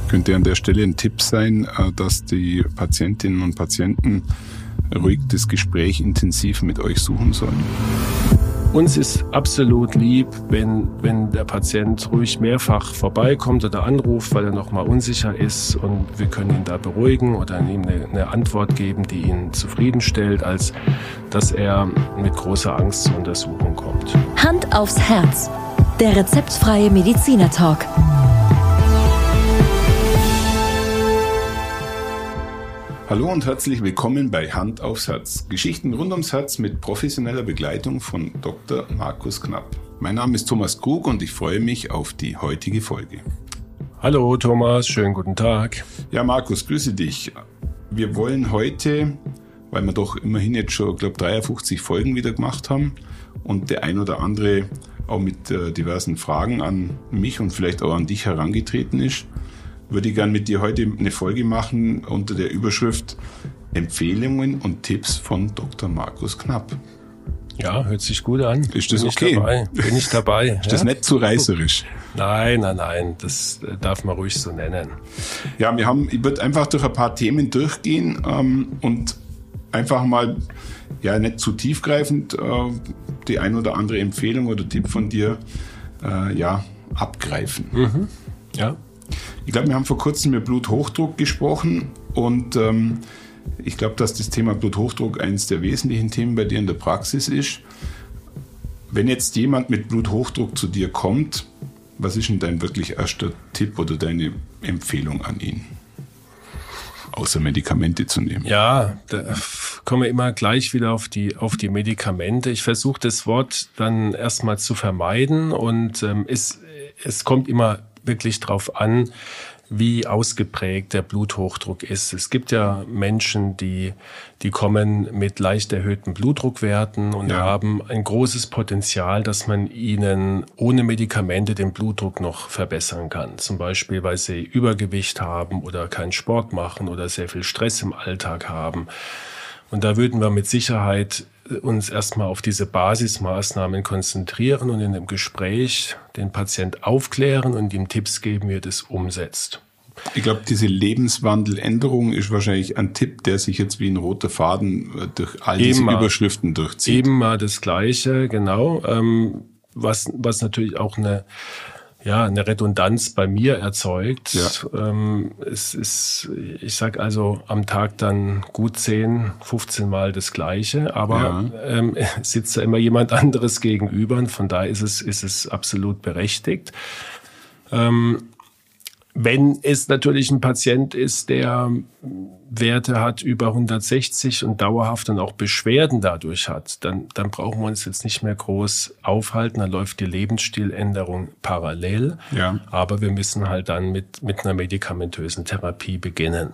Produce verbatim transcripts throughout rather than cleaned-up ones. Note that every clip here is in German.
Könnte an der Stelle ein Tipp sein, dass die Patientinnen und Patienten ruhig das Gespräch intensiv mit euch suchen sollen? Uns ist absolut lieb, wenn, wenn der Patient ruhig mehrfach vorbeikommt oder anruft, weil er noch mal unsicher ist, und wir können ihn da beruhigen oder ihm eine, eine Antwort geben, die ihn zufriedenstellt, als dass er mit großer Angst zur Untersuchung kommt. Hand aufs Herz. Der rezeptfreie Mediziner-Talk. Hallo und herzlich willkommen bei Hand aufs Herz. Geschichten rund ums Herz mit professioneller Begleitung von Doktor Markus Knapp. Mein Name ist Thomas Krug und ich freue mich auf die heutige Folge. Hallo Thomas, schönen guten Tag. Ja Markus, grüße dich. Wir wollen heute, weil wir doch immerhin jetzt schon, glaube ich, dreiundfünfzig Folgen wieder gemacht haben und der ein oder andere auch mit äh, diversen Fragen an mich und vielleicht auch an dich herangetreten ist, würde ich gerne mit dir heute eine Folge machen unter der Überschrift Empfehlungen und Tipps von Doktor Markus Knapp. Ja, hört sich gut an. Ist das Bin okay? Ich dabei. Bin ich dabei. Ist ja? Das nicht zu reißerisch? Nein, nein, nein. Das darf man ruhig so nennen. Ja, wir haben, ich würde einfach durch ein paar Themen durchgehen ähm, und einfach mal, ja, nicht zu tiefgreifend, äh, die ein oder andere Empfehlung oder Tipp von dir, äh, ja, abgreifen. Mhm. Ja. Ich glaube, wir haben vor kurzem über Bluthochdruck gesprochen und ähm, ich glaube, dass das Thema Bluthochdruck eines der wesentlichen Themen bei dir in der Praxis ist. Wenn jetzt jemand mit Bluthochdruck zu dir kommt, was ist denn dein wirklich erster Tipp oder deine Empfehlung an ihn? Außer Medikamente zu nehmen. Ja, da kommen wir immer gleich wieder auf die, auf die Medikamente. Ich versuche das Wort dann erstmal zu vermeiden und ähm, es, es kommt immer wirklich drauf an, wie ausgeprägt der Bluthochdruck ist. Es gibt ja Menschen, die, die kommen mit leicht erhöhten Blutdruckwerten und ja. haben ein großes Potenzial, dass man ihnen ohne Medikamente den Blutdruck noch verbessern kann. Zum Beispiel, weil sie Übergewicht haben oder keinen Sport machen oder sehr viel Stress im Alltag haben. Und da würden wir mit Sicherheit uns erstmal auf diese Basismaßnahmen konzentrieren und in dem Gespräch den Patient aufklären und ihm Tipps geben, wie er das umsetzt. Ich glaube, diese Lebenswandeländerung ist wahrscheinlich ein Tipp, der sich jetzt wie ein roter Faden durch all diese Eben Überschriften durchzieht. Eben mal das Gleiche, genau. Ähm, was, was natürlich auch eine ja, eine Redundanz bei mir erzeugt. Ja. Ähm, es ist, ich sag also am Tag dann gut zehn, fünfzehn Mal das Gleiche, aber ja. ähm, sitzt da immer jemand anderes gegenüber und von daher ist es, ist es absolut berechtigt. Ähm, Wenn es natürlich ein Patient ist, der Werte hat über hundertsechzig und dauerhaft dann auch Beschwerden dadurch hat, dann, dann brauchen wir uns jetzt nicht mehr groß aufhalten. Dann läuft die Lebensstiländerung parallel. Ja. Aber wir müssen halt dann mit, mit einer medikamentösen Therapie beginnen.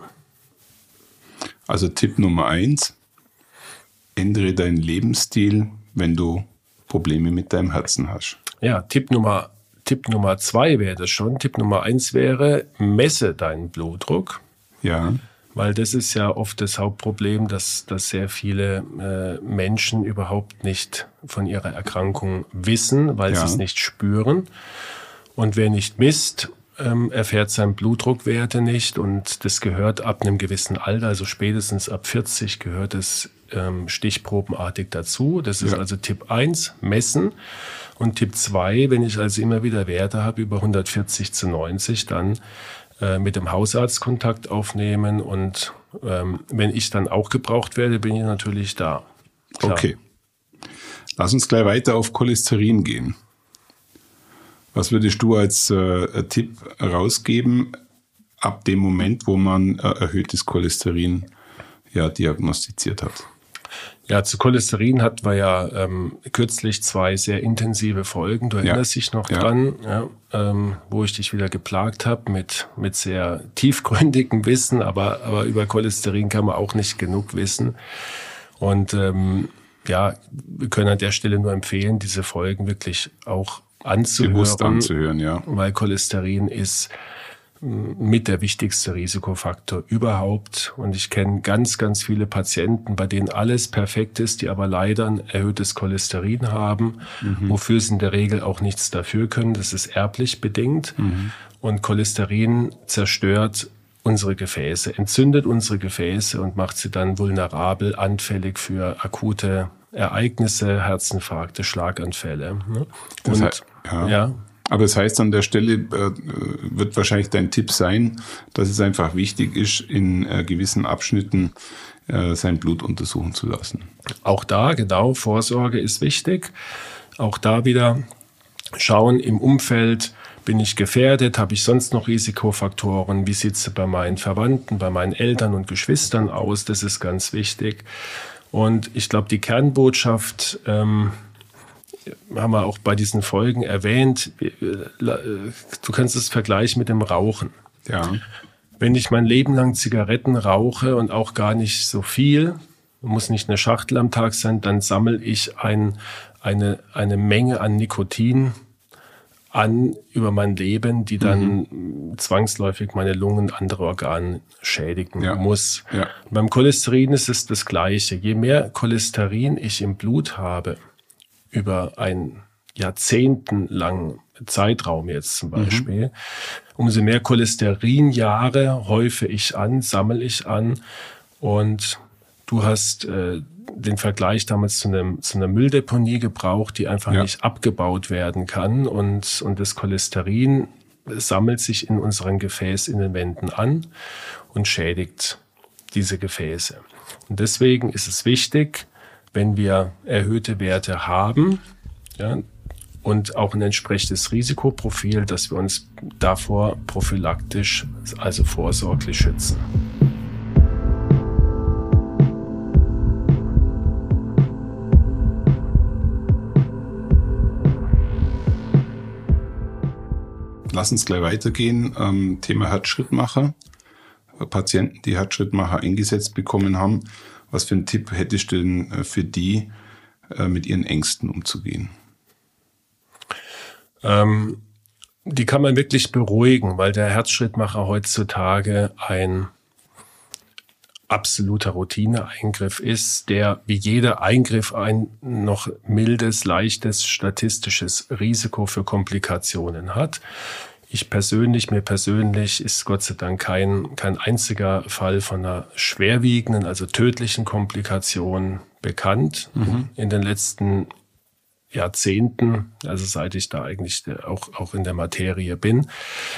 Also Tipp Nummer eins, ändere deinen Lebensstil, wenn du Probleme mit deinem Herzen hast. Ja, Tipp Nummer Tipp Nummer zwei wäre das schon. Tipp Nummer eins wäre, messe deinen Blutdruck. Ja. Weil das ist ja oft das Hauptproblem, dass, dass sehr viele äh, Menschen überhaupt nicht von ihrer Erkrankung wissen, weil ja. sie es nicht spüren. Und wer nicht misst, ähm, erfährt seine Blutdruckwerte nicht. Und das gehört ab einem gewissen Alter, also spätestens ab vierzig, gehört es ähm, stichprobenartig dazu. Das ist ja. also Tipp eins, messen. Und Tipp zwei, wenn ich also immer wieder Werte habe über hundertvierzig zu neunzig, dann äh, mit dem Hausarzt Kontakt aufnehmen. Und ähm, wenn ich dann auch gebraucht werde, bin ich natürlich da. Klar. Okay. Lass uns gleich weiter auf Cholesterin gehen. Was würdest du als äh, Tipp rausgeben, ab dem Moment, wo man äh, erhöhtes Cholesterin ja, diagnostiziert hat? Ja, zu Cholesterin hatten wir ja ähm, kürzlich zwei sehr intensive Folgen. Du erinnerst ja. dich noch ja. dran, ja, ähm, wo ich dich wieder geplagt habe mit mit sehr tiefgründigem Wissen, aber aber über Cholesterin kann man auch nicht genug wissen. Und ähm, ja, wir können an der Stelle nur empfehlen, diese Folgen wirklich auch anzuhören. Bewusst anzuhören, ja. Weil Cholesterin ist mit der wichtigste Risikofaktor überhaupt. Und ich kenne ganz, ganz viele Patienten, bei denen alles perfekt ist, die aber leider ein erhöhtes Cholesterin haben, mhm. wofür sie in der Regel auch nichts dafür können. Das ist erblich bedingt. Mhm. Und Cholesterin zerstört unsere Gefäße, entzündet unsere Gefäße und macht sie dann vulnerabel, anfällig für akute Ereignisse, Herzinfarkte, Schlaganfälle. Das heißt, ja. ja. Aber das heißt, an der Stelle äh, wird wahrscheinlich dein Tipp sein, dass es einfach wichtig ist, in äh, gewissen Abschnitten äh, sein Blut untersuchen zu lassen. Auch da, genau, Vorsorge ist wichtig. Auch da wieder schauen im Umfeld, bin ich gefährdet, habe ich sonst noch Risikofaktoren, wie sieht es bei meinen Verwandten, bei meinen Eltern und Geschwistern aus, das ist ganz wichtig. Und ich glaube, die Kernbotschaft, ähm, haben wir auch bei diesen Folgen erwähnt, du kannst es vergleichen mit dem Rauchen. Ja. Wenn ich mein Leben lang Zigaretten rauche und auch gar nicht so viel, muss nicht eine Schachtel am Tag sein, dann sammle ich ein, eine, eine Menge an Nikotin an über mein Leben, die dann mhm. zwangsläufig meine Lungen, andere Organe schädigen ja. muss. Ja. Beim Cholesterin ist es das Gleiche. Je mehr Cholesterin ich im Blut habe, über einen jahrzehntelangen Zeitraum jetzt zum Beispiel, mhm. umso mehr Cholesterinjahre häufe ich an, sammle ich an. Und du hast äh, den Vergleich damals zu, einem, zu einer Mülldeponie gebraucht, die einfach ja. nicht abgebaut werden kann. Und, und das Cholesterin sammelt sich in unseren Gefäßinnenwänden an und schädigt diese Gefäße. Und deswegen ist es wichtig, wenn wir erhöhte Werte haben, ja, und auch ein entsprechendes Risikoprofil, dass wir uns davor prophylaktisch, also vorsorglich schützen. Lass uns gleich weitergehen. Ähm, Thema Herzschrittmacher. Patienten, die Herzschrittmacher eingesetzt bekommen haben. Was für einen Tipp hättest du denn für die, mit ihren Ängsten umzugehen? Ähm, die kann man wirklich beruhigen, weil der Herzschrittmacher heutzutage ein absoluter Routineeingriff ist, der wie jeder Eingriff ein noch mildes, leichtes, statistisches Risiko für Komplikationen hat. Ich persönlich, mir persönlich ist Gott sei Dank kein, kein einziger Fall von einer schwerwiegenden, also tödlichen Komplikation bekannt mhm. in den letzten Jahrzehnten, also seit ich da eigentlich auch, auch in der Materie bin.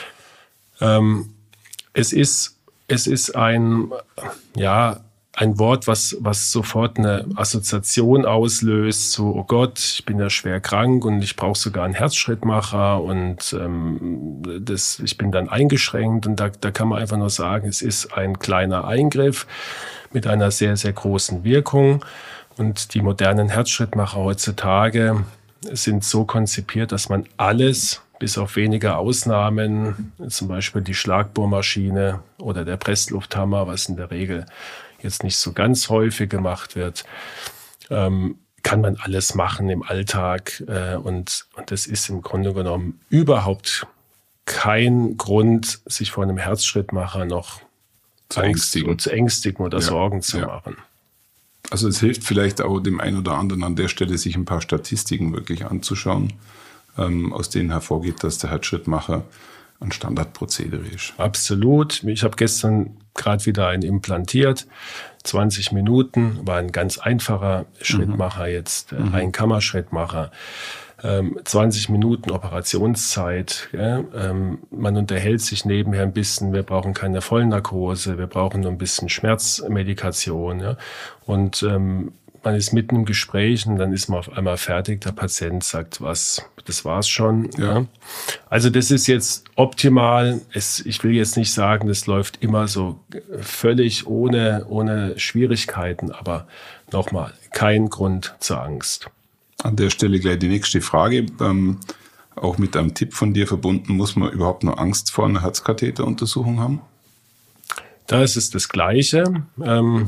Ähm, es ist, es ist ein, ja, ein Wort, was, was sofort eine Assoziation auslöst, so, oh Gott, ich bin ja schwer krank und ich brauche sogar einen Herzschrittmacher und ähm, das, ich bin dann eingeschränkt. Und da, da kann man einfach nur sagen, es ist ein kleiner Eingriff mit einer sehr, sehr großen Wirkung. Und die modernen Herzschrittmacher heutzutage sind so konzipiert, dass man alles, bis auf wenige Ausnahmen, zum Beispiel die Schlagbohrmaschine oder der Presslufthammer, was in der Regel jetzt nicht so ganz häufig gemacht wird, ähm, kann man alles machen im Alltag. Äh, und, und das ist im Grunde genommen überhaupt kein Grund, sich vor einem Herzschrittmacher noch zu Angst ängstigen, und zu ängstigen oder ja, Sorgen zu ja. machen. Also es hilft vielleicht auch dem einen oder anderen an der Stelle, sich ein paar Statistiken wirklich anzuschauen, ähm, aus denen hervorgeht, dass der Herzschrittmacher ein Standardprozedere ist. Absolut. Ich habe gestern gerade wieder einen implantiert. zwanzig Minuten, war ein ganz einfacher Schrittmacher mhm. jetzt, mhm. ein Kammerschrittmacher. Ähm, zwanzig Minuten Operationszeit. Ja? Ähm, man unterhält sich nebenher ein bisschen. Wir brauchen keine Vollnarkose. Wir brauchen nur ein bisschen Schmerzmedikation. Ja? Und ähm, man ist mitten im Gespräch und dann ist man auf einmal fertig. Der Patient sagt, was, das war's schon. Ja. Ja. Also das ist jetzt optimal. Es, ich will jetzt nicht sagen, das läuft immer so völlig ohne, ohne Schwierigkeiten, aber nochmal, kein Grund zur Angst. An der Stelle gleich die nächste Frage. Ähm, auch mit einem Tipp von dir verbunden, muss man überhaupt noch Angst vor einer Herzkatheteruntersuchung haben? Da ist es das Gleiche. Ähm,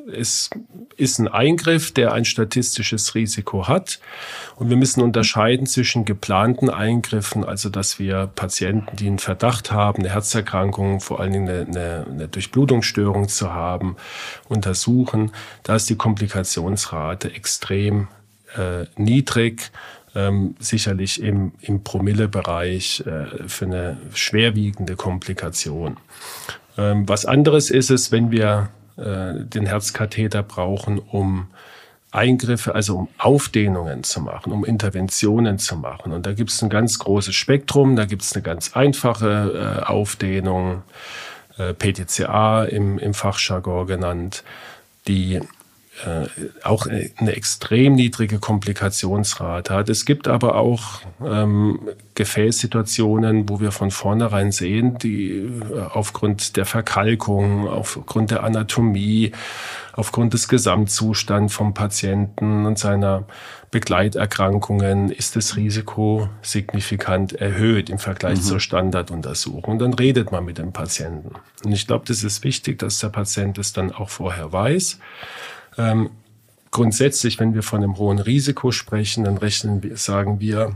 es ist ein Eingriff, der ein statistisches Risiko hat. Und wir müssen unterscheiden zwischen geplanten Eingriffen, also dass wir Patienten, die einen Verdacht haben, eine Herzerkrankung, vor allen Dingen eine, eine, eine Durchblutungsstörung zu haben, untersuchen. Da ist die Komplikationsrate extrem äh, niedrig. Ähm, sicherlich im, im Promillebereich äh, für eine schwerwiegende Komplikation. Ähm, was anderes ist es, wenn wir äh, den Herzkatheter brauchen, um Eingriffe, also um Aufdehnungen zu machen, um Interventionen zu machen. Und da gibt es ein ganz großes Spektrum, da gibt es eine ganz einfache äh, Aufdehnung, äh, P T C A im, im Fachjargon genannt, die Äh, auch eine extrem niedrige Komplikationsrate hat. Es gibt aber auch ähm, Gefäßsituationen, wo wir von vornherein sehen, die äh, aufgrund der Verkalkung, aufgrund der Anatomie, aufgrund des Gesamtzustands vom Patienten und seiner Begleiterkrankungen ist das Risiko signifikant erhöht im Vergleich mhm. zur Standarduntersuchung. Und dann redet man mit dem Patienten. Und ich glaube, das ist wichtig, dass der Patient es dann auch vorher weiß. Ähm, grundsätzlich, wenn wir von einem hohen Risiko sprechen, dann rechnen wir, sagen wir,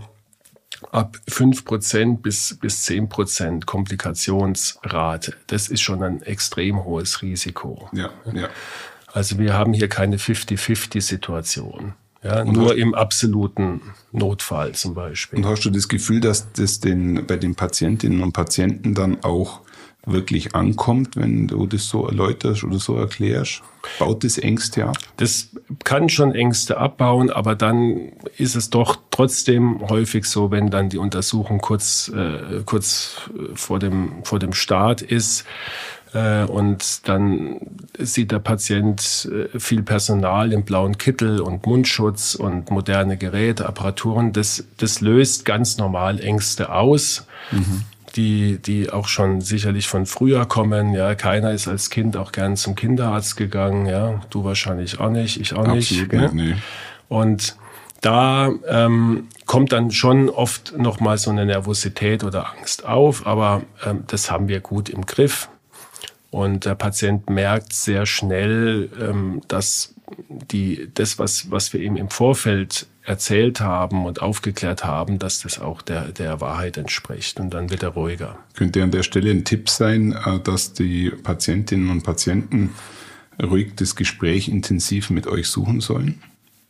ab fünf Prozent bis, bis zehn Prozent Komplikationsrate. Das ist schon ein extrem hohes Risiko. Ja, ja. Also wir haben hier keine fifty-fifty-Situation. Ja, nur im absoluten Notfall zum Beispiel. Und hast du das Gefühl, dass das den, bei den Patientinnen und Patienten dann auch wirklich ankommt, wenn du das so erläuterst oder so erklärst? Baut das Ängste ab? Das kann schon Ängste abbauen, aber dann ist es doch trotzdem häufig so, wenn dann die Untersuchung kurz, äh, kurz vor dem, vor dem Start ist, äh, und dann sieht der Patient äh, viel Personal im blauen Kittel und Mundschutz und moderne Geräte, Apparaturen. Das, das löst ganz normal Ängste aus. Mhm. Die, die auch schon sicherlich von früher kommen. Ja, keiner ist als Kind auch gern zum Kinderarzt gegangen. Ja, du wahrscheinlich auch nicht, ich auch nicht. Absolut nicht, nee. Und da ähm, kommt dann schon oft noch mal so eine Nervosität oder Angst auf, aber ähm, das haben wir gut im Griff. Und der Patient merkt sehr schnell, ähm, dass die, das, was, was wir ihm im Vorfeld erzählt haben und aufgeklärt haben, dass das auch der, der Wahrheit entspricht. Und dann wird er ruhiger. Könnte an der Stelle ein Tipp sein, dass die Patientinnen und Patienten ruhig das Gespräch intensiv mit euch suchen sollen?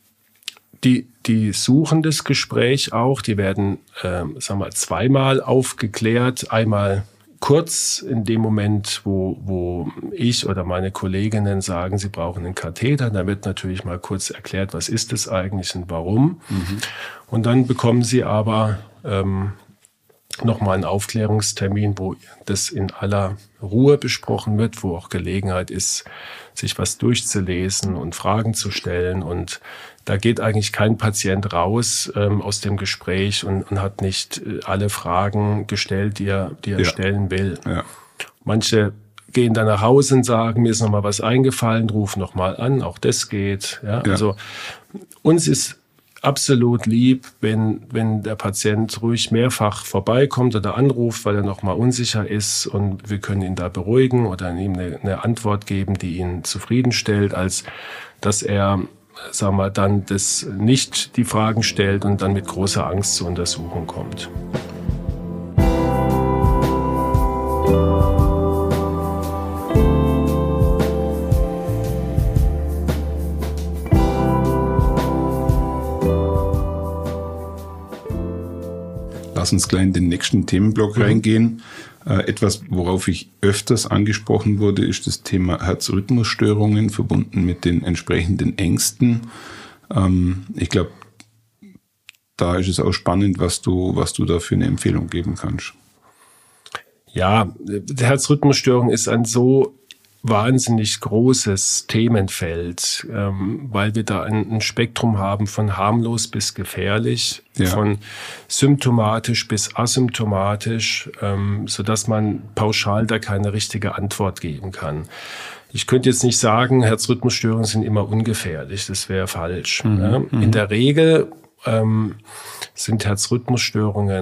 Die, die suchen das Gespräch auch. Die werden, ähm, sagen wir mal, zweimal aufgeklärt. Einmal kurz in dem Moment, wo, wo ich oder meine Kolleginnen sagen, sie brauchen einen Katheter, da wird natürlich mal kurz erklärt, was ist das eigentlich und warum. Mhm. Und dann bekommen sie aber ähm, nochmal einen Aufklärungstermin, wo das in aller Ruhe besprochen wird, wo auch Gelegenheit ist, sich was durchzulesen und Fragen zu stellen. Und da geht eigentlich kein Patient raus ähm, aus dem Gespräch und, und hat nicht äh, alle Fragen gestellt, die er, die er ja. stellen will. Ja. Manche gehen dann nach Hause und sagen, mir ist noch mal was eingefallen, ruf noch mal an, auch das geht. Ja? Ja. Also uns ist absolut lieb, wenn, wenn der Patient ruhig mehrfach vorbeikommt oder anruft, weil er noch mal unsicher ist und wir können ihn da beruhigen oder ihm eine, eine Antwort geben, die ihn zufriedenstellt, als dass er, sagen wir, dann das nicht die Fragen stellt und dann mit großer Angst zur Untersuchung kommt. Lass uns gleich in den nächsten Themenblock mhm. reingehen. Äh, etwas, worauf ich öfters angesprochen wurde, ist das Thema Herzrhythmusstörungen verbunden mit den entsprechenden Ängsten. Ähm, ich glaube, da ist es auch spannend, was du, was du da für eine Empfehlung geben kannst. Ja, die Herzrhythmusstörung ist ein so wahnsinnig großes Themenfeld, ähm, weil wir da ein, ein Spektrum haben von harmlos bis gefährlich, ja. von symptomatisch bis asymptomatisch, ähm, so dass man pauschal da keine richtige Antwort geben kann. Ich könnte jetzt nicht sagen, Herzrhythmusstörungen sind immer ungefährlich, das wäre falsch. Mhm. Ja. In der Regel ähm, sind Herzrhythmusstörungen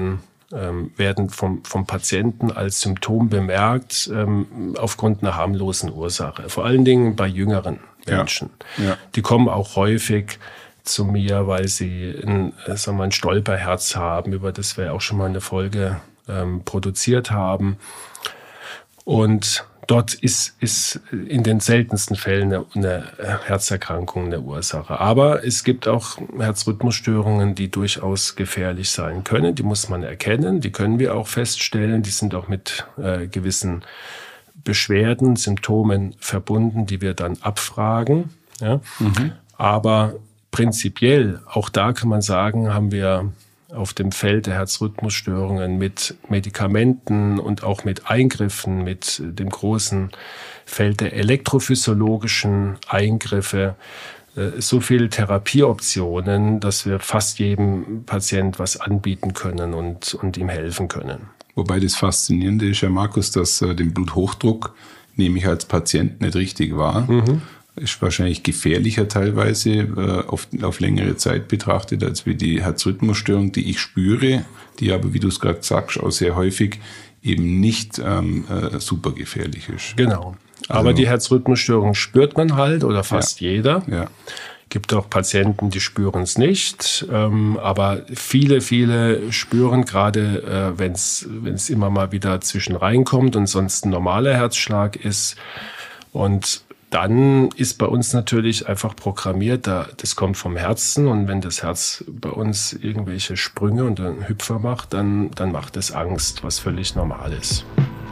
ähm, werden vom, vom Patienten als Symptom bemerkt ähm, aufgrund einer harmlosen Ursache. Vor allen Dingen bei jüngeren Menschen. Ja. Ja. Die kommen auch häufig zu mir, weil sie ein, sagen wir, ein Stolperherz haben, über das wir auch schon mal eine Folge ähm, produziert haben. Und dort ist, ist in den seltensten Fällen eine, eine Herzerkrankung eine Ursache. Aber es gibt auch Herzrhythmusstörungen, die durchaus gefährlich sein können. Die muss man erkennen, die können wir auch feststellen. Die sind auch mit äh, gewissen Beschwerden, Symptomen verbunden, die wir dann abfragen. Ja? Mhm. Aber prinzipiell, auch da kann man sagen, haben wir auf dem Feld der Herzrhythmusstörungen mit Medikamenten und auch mit Eingriffen, mit dem großen Feld der elektrophysiologischen Eingriffe, so viele Therapieoptionen, dass wir fast jedem Patient was anbieten können und, und ihm helfen können. Wobei das Faszinierende ist ja, Markus, dass äh, den Bluthochdruck nehme ich als Patient nicht richtig wahr. Mhm. Ist wahrscheinlich gefährlicher teilweise äh, auf, auf längere Zeit betrachtet, als wie die Herzrhythmusstörung, die ich spüre, die aber, wie du es gerade sagst, auch sehr häufig eben nicht ähm, äh, super gefährlich ist. Genau. Aber also, die Herzrhythmusstörung spürt man halt oder fast ja. jeder. Ja. Gibt auch Patienten, die spüren es nicht, ähm, aber viele, viele spüren, gerade äh, wenn es wenn es immer mal wieder zwischen reinkommt und sonst ein normaler Herzschlag ist. Und dann ist bei uns natürlich einfach programmiert, da, das kommt vom Herzen und wenn das Herz bei uns irgendwelche Sprünge und einen Hüpfer macht, dann, dann macht es Angst, was völlig normal ist.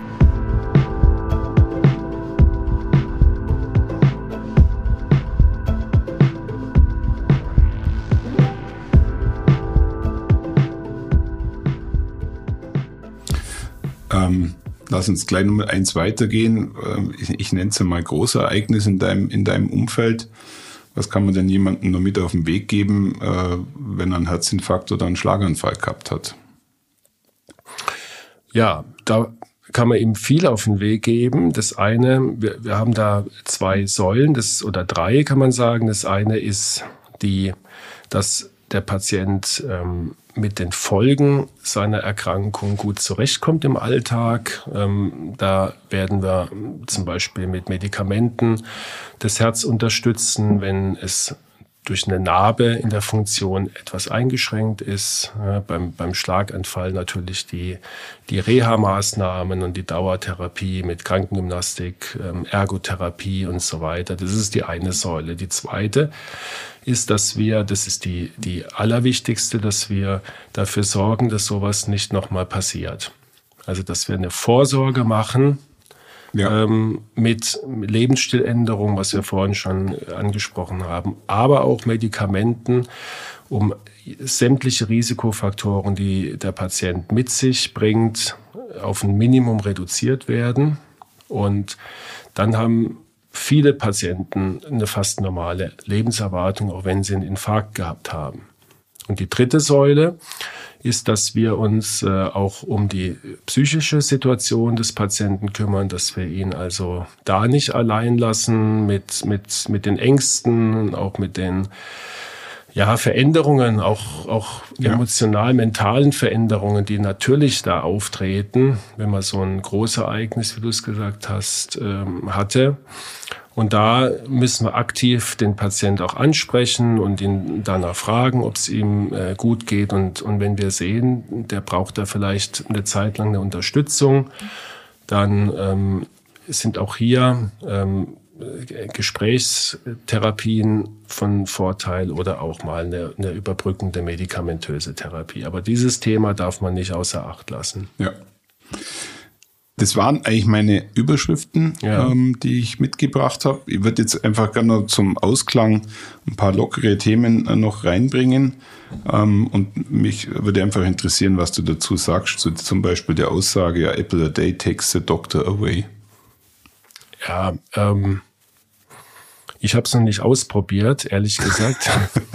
Ähm Lass uns gleich nochmal eins weitergehen. Ich, ich nenne es mal Großereignis in deinem, in deinem Umfeld. Was kann man denn jemandem noch mit auf den Weg geben, wenn er einen Herzinfarkt oder einen Schlaganfall gehabt hat? Ja, da kann man ihm viel auf den Weg geben. Das eine, wir, wir haben da zwei Säulen, das, oder drei kann man sagen. Das eine ist die, dass der Patient ähm, mit den Folgen seiner Erkrankung gut zurechtkommt im Alltag. Ähm, da werden wir zum Beispiel mit Medikamenten das Herz unterstützen, wenn es durch eine Narbe in der Funktion etwas eingeschränkt ist. Ja, beim, beim Schlaganfall natürlich die, die Reha-Maßnahmen und die Dauertherapie mit Krankengymnastik, ähm, Ergotherapie und so weiter. Das ist die eine Säule. Die zweite ist, dass wir, das ist die, die allerwichtigste, dass wir dafür sorgen, dass sowas nicht nochmal passiert. Also, dass wir eine Vorsorge machen, ja. ähm, mit Lebensstiländerungen, was wir vorhin schon angesprochen haben, aber auch Medikamenten, um sämtliche Risikofaktoren, die der Patient mit sich bringt, auf ein Minimum reduziert werden. Und dann haben viele Patienten eine fast normale Lebenserwartung, auch wenn sie einen Infarkt gehabt haben. Und die dritte Säule ist, dass wir uns äh, auch um die psychische Situation des Patienten kümmern, dass wir ihn also da nicht allein lassen mit, mit, mit den Ängsten, auch mit den ja, Veränderungen, auch, auch ja. emotional-mentalen Veränderungen, die natürlich da auftreten, wenn man so ein Großereignis, wie du es gesagt hast, ähm, hatte. Und da müssen wir aktiv den Patient auch ansprechen und ihn danach fragen, ob es ihm äh, gut geht. Und, und wenn wir sehen, der braucht da vielleicht eine Zeit lang eine Unterstützung, dann ähm, sind auch hier ähm, Gesprächstherapien von Vorteil oder auch mal eine, eine überbrückende medikamentöse Therapie. Aber dieses Thema darf man nicht außer Acht lassen. Ja. Das waren eigentlich meine Überschriften, ja. ähm, die ich mitgebracht habe. Ich würde jetzt einfach gerne noch zum Ausklang ein paar lockere Themen äh, noch reinbringen. Ähm, und mich würde einfach interessieren, was du dazu sagst, zu, zum Beispiel der Aussage, ja, Apple a day takes the doctor away. Ja, ähm, ich habe es noch nicht ausprobiert, ehrlich gesagt.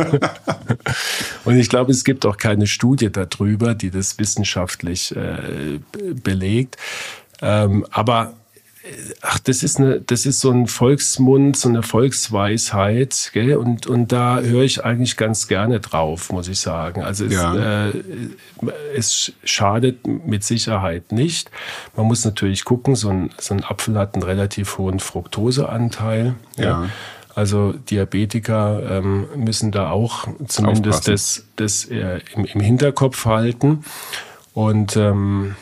Und ich glaube, es gibt auch keine Studie darüber, die das wissenschaftlich äh, belegt. Ähm, aber ach, das ist eine, das ist so ein Volksmund, so eine Volksweisheit, gell? Und, und da höre ich eigentlich ganz gerne drauf, muss ich sagen. Also es, ja. äh, es schadet mit Sicherheit nicht. Man muss natürlich gucken, so ein, so ein Apfel hat einen relativ hohen Fructoseanteil. Ja. ja. Also Diabetiker ähm, müssen da auch zumindest das, das äh, im, im Hinterkopf halten. Und ähm,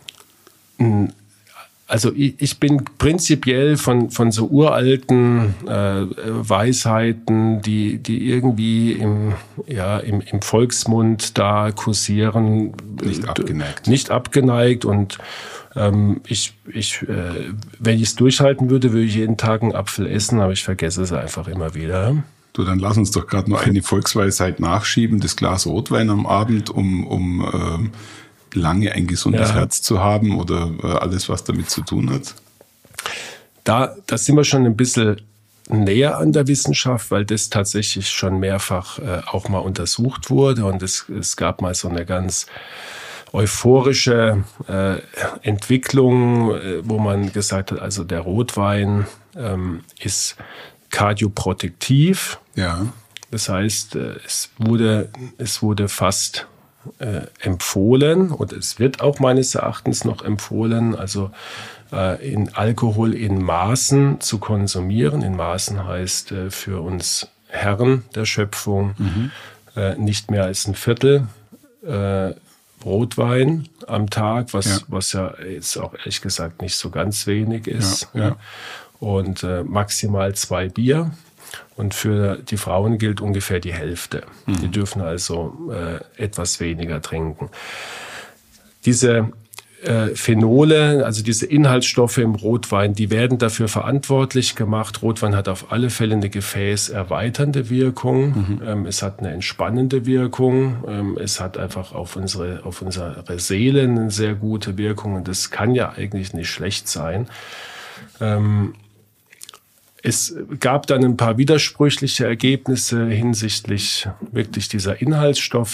also ich, ich bin prinzipiell von, von so uralten äh, Weisheiten, die, die irgendwie im, ja, im, im Volksmund da kursieren, nicht abgeneigt. Nicht abgeneigt. Und ähm, ich, ich, äh, wenn ich es durchhalten würde, würde ich jeden Tag einen Apfel essen, aber ich vergesse es einfach immer wieder. Du, dann lass uns doch gerade noch eine Volksweisheit nachschieben, das Glas Rotwein am Abend, um, um ähm, lange ein gesundes ja. Herz zu haben oder äh, alles, was damit zu tun hat? Da, da sind wir schon ein bisschen näher an der Wissenschaft, weil das tatsächlich schon mehrfach äh, auch mal untersucht wurde. Und es, es gab mal so eine ganz euphorische äh, Entwicklung, äh, wo man gesagt hat, also der Rotwein ähm, ist kardioprotektiv. Ja. Das heißt, äh, es wurde, es wurde fast Äh, empfohlen, und es wird auch meines Erachtens noch empfohlen, also äh, in Alkohol in Maßen zu konsumieren. In Maßen heißt äh, für uns Herren der Schöpfung mhm. äh, nicht mehr als ein Viertel äh, Rotwein am Tag, was ja. was ja jetzt auch ehrlich gesagt nicht so ganz wenig ist. Ja, ja. Und äh, maximal zwei Bier. Und für die Frauen gilt ungefähr die Hälfte. Mhm. Die dürfen also äh, etwas weniger trinken. Diese äh, Phenole, also diese Inhaltsstoffe im Rotwein, die werden dafür verantwortlich gemacht. Rotwein hat auf alle Fälle eine gefäßerweiternde Wirkung. Mhm. Ähm, es hat eine entspannende Wirkung. Ähm, es hat einfach auf unsere, auf unsere Seele eine sehr gute Wirkung. Und das kann ja eigentlich nicht schlecht sein. Ähm, Es gab dann ein paar widersprüchliche Ergebnisse hinsichtlich wirklich dieser Inhaltsstoffe.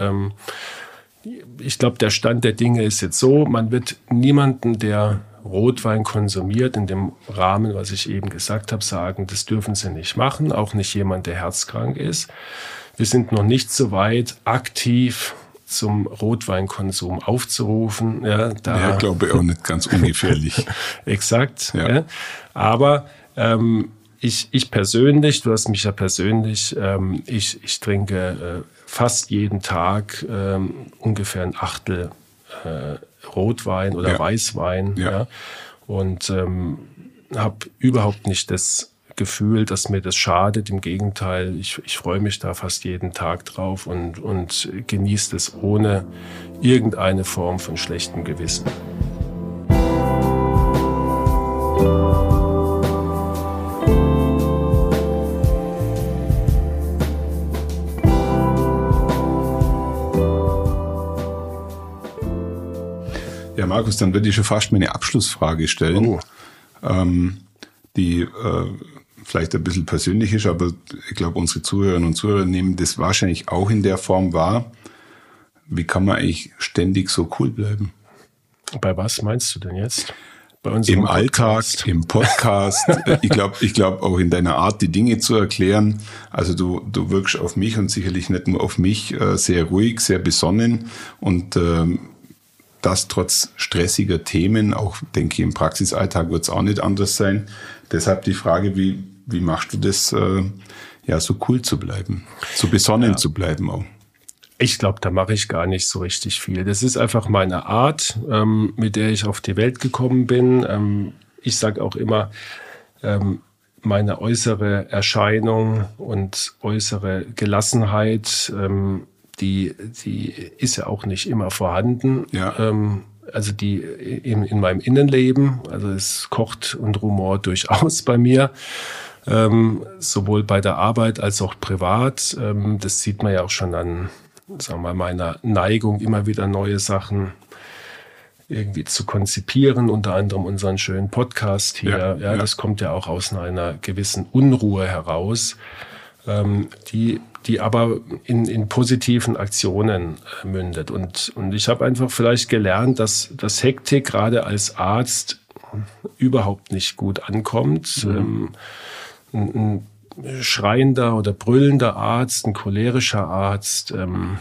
Ich glaube, der Stand der Dinge ist jetzt so, man wird niemanden, der Rotwein konsumiert, in dem Rahmen, was ich eben gesagt habe, sagen, das dürfen Sie nicht machen, auch nicht jemand, der herzkrank ist. Wir sind noch nicht so weit, aktiv zum Rotweinkonsum aufzurufen. Ja, da ja, glaube ich auch nicht ganz ungefährlich. Exakt. Ja. Ja. Aber Ähm, ich, ich persönlich, du hast mich ja persönlich, ähm, ich, ich trinke äh, fast jeden Tag ähm, ungefähr ein Achtel äh, Rotwein oder ja. Weißwein. Ja. Ja, und ähm, habe überhaupt nicht das Gefühl, dass mir das schadet. Im Gegenteil, ich, ich freue mich da fast jeden Tag drauf und, und genieße es ohne irgendeine Form von schlechtem Gewissen. Ja, Markus, dann würde ich schon fast meine Abschlussfrage stellen, oh. ähm, die äh, vielleicht ein bisschen persönlich ist, aber ich glaube, unsere Zuhörerinnen und Zuhörer nehmen das wahrscheinlich auch in der Form wahr. Wie kann man eigentlich ständig so cool bleiben? Bei was meinst du denn jetzt? Bei Im Alltag, im Podcast. ich glaube, ich glaube auch in deiner Art, die Dinge zu erklären. Also du, du wirkst auf mich und sicherlich nicht nur auf mich äh, sehr ruhig, sehr besonnen und ähm, das trotz stressiger Themen, auch denke ich im Praxisalltag wird es auch nicht anders sein. Deshalb die Frage, wie, wie machst du das, äh, ja, so cool zu bleiben, so besonnen ja. zu bleiben auch? Ich glaube, da mache ich gar nicht so richtig viel. Das ist einfach meine Art, ähm, mit der ich auf die Welt gekommen bin. Ähm, ich sage auch immer, ähm, meine äußere Erscheinung und äußere Gelassenheit, ähm, die, die ist ja auch nicht immer vorhanden. Ja. Ähm, also die in, in meinem Innenleben, also es kocht und rumort durchaus bei mir. Ähm, sowohl bei der Arbeit als auch privat. Ähm, das sieht man ja auch schon an, sagen wir mal, meiner Neigung, immer wieder neue Sachen irgendwie zu konzipieren, unter anderem unseren schönen Podcast hier. Ja, ja, ja. Das kommt ja auch aus einer gewissen Unruhe heraus, ähm, die, die aber in, in positiven Aktionen äh, mündet. Und, und ich habe einfach vielleicht gelernt, dass, dass Hektik gerade als Arzt überhaupt nicht gut ankommt. Mhm. Ähm, ein, ein schreiender oder brüllender Arzt, ein cholerischer Arzt ähm,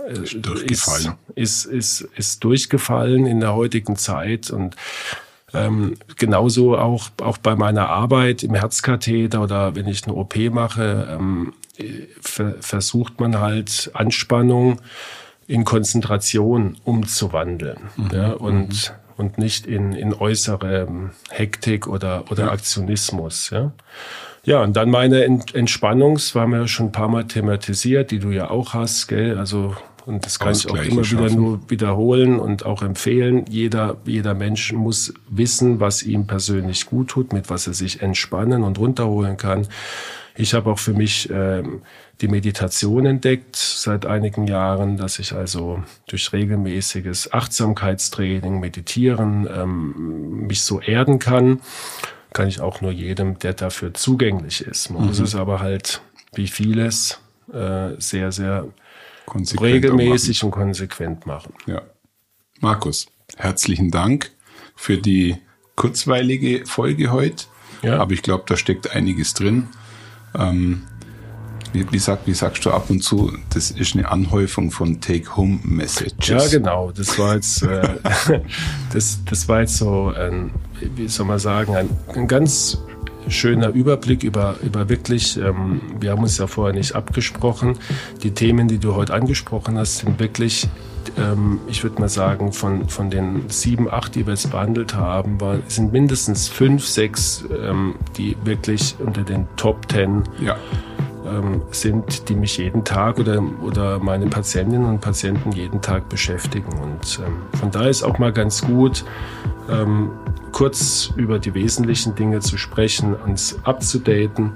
ist, ist, ist, ist durchgefallen in der heutigen Zeit. Und ähm, genauso auch, auch bei meiner Arbeit im Herzkatheter oder wenn ich eine O P mache, ähm, ver- versucht man halt Anspannung in Konzentration umzuwandeln. Mhm. Ja, und, und nicht in, in äußere Hektik oder, oder ja. Aktionismus. Ja. Ja, und dann meine Entspannungs, war mir schon ein paar Mal thematisiert, die du ja auch hast, gell? Also, und das kann ich auch immer wieder nur wiederholen und auch empfehlen. Jeder, jeder Mensch muss wissen, was ihm persönlich gut tut, mit was er sich entspannen und runterholen kann. Ich habe auch für mich ähm, die Meditation entdeckt seit einigen Jahren, dass ich also durch regelmäßiges Achtsamkeitstraining, Meditieren ähm, mich so erden kann. Kann ich auch nur jedem, der dafür zugänglich ist. Man mhm. muss es aber halt, wie vieles, äh, sehr, sehr konsequent regelmäßig und konsequent machen. Ja. Markus, herzlichen Dank für die kurzweilige Folge heute. Ja. Aber ich glaube, da steckt einiges drin. Ähm, wie, wie, sag, wie sagst du ab und zu, das ist eine Anhäufung von Take-Home-Messages. Ja, genau. Das war jetzt, äh, das, das war jetzt so ein, wie soll man sagen, ein, ein ganz schöner Überblick über, über wirklich, ähm, wir haben uns ja vorher nicht abgesprochen, die Themen, die du heute angesprochen hast, sind wirklich, ähm, ich würde mal sagen, von, von den sieben, acht, die wir jetzt behandelt haben, war, sind mindestens fünf, sechs, ähm, die wirklich unter den Top Ten ja. ähm, sind, die mich jeden Tag oder, oder meine Patientinnen und Patienten jeden Tag beschäftigen. Und ähm, von daher ist auch mal ganz gut, ähm, kurz über die wesentlichen Dinge zu sprechen, uns abzudaten,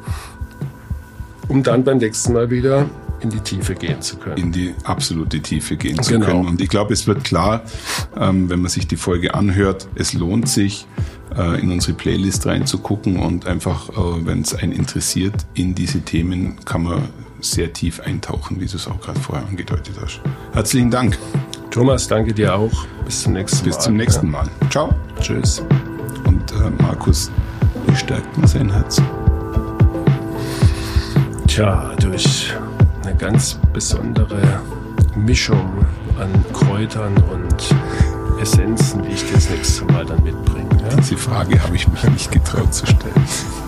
um dann beim nächsten Mal wieder in die Tiefe gehen zu können. In die absolute Tiefe gehen zu genau. können. Und ich glaube, es wird klar, ähm, wenn man sich die Folge anhört, es lohnt sich, äh, in unsere Playlist reinzugucken und einfach, äh, wenn es einen interessiert, in diese Themen kann man sehr tief eintauchen, wie du es auch gerade vorher angedeutet hast. Herzlichen Dank. Thomas, danke dir auch. Bis zum nächsten Bis Mal. Bis zum nächsten Mal. Ciao. Tschüss. Und äh, Markus, wie stärkt man sein Herz? Tja, durch eine ganz besondere Mischung an Kräutern und Essenzen, die ich dir das nächste Mal dann mitbringe. Ja? Diese Frage habe ich mich nicht getraut zu stellen.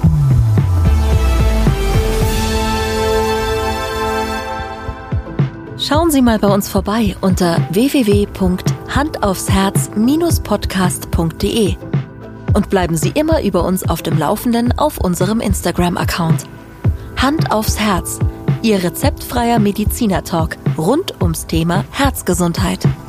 Schauen Sie mal bei uns vorbei unter w w w punkt hand aufs herz Bindestrich podcast punkt d e und bleiben Sie immer über uns auf dem Laufenden auf unserem Instagram-Account. Hand aufs Herz, Ihr rezeptfreier Mediziner-Talk rund ums Thema Herzgesundheit.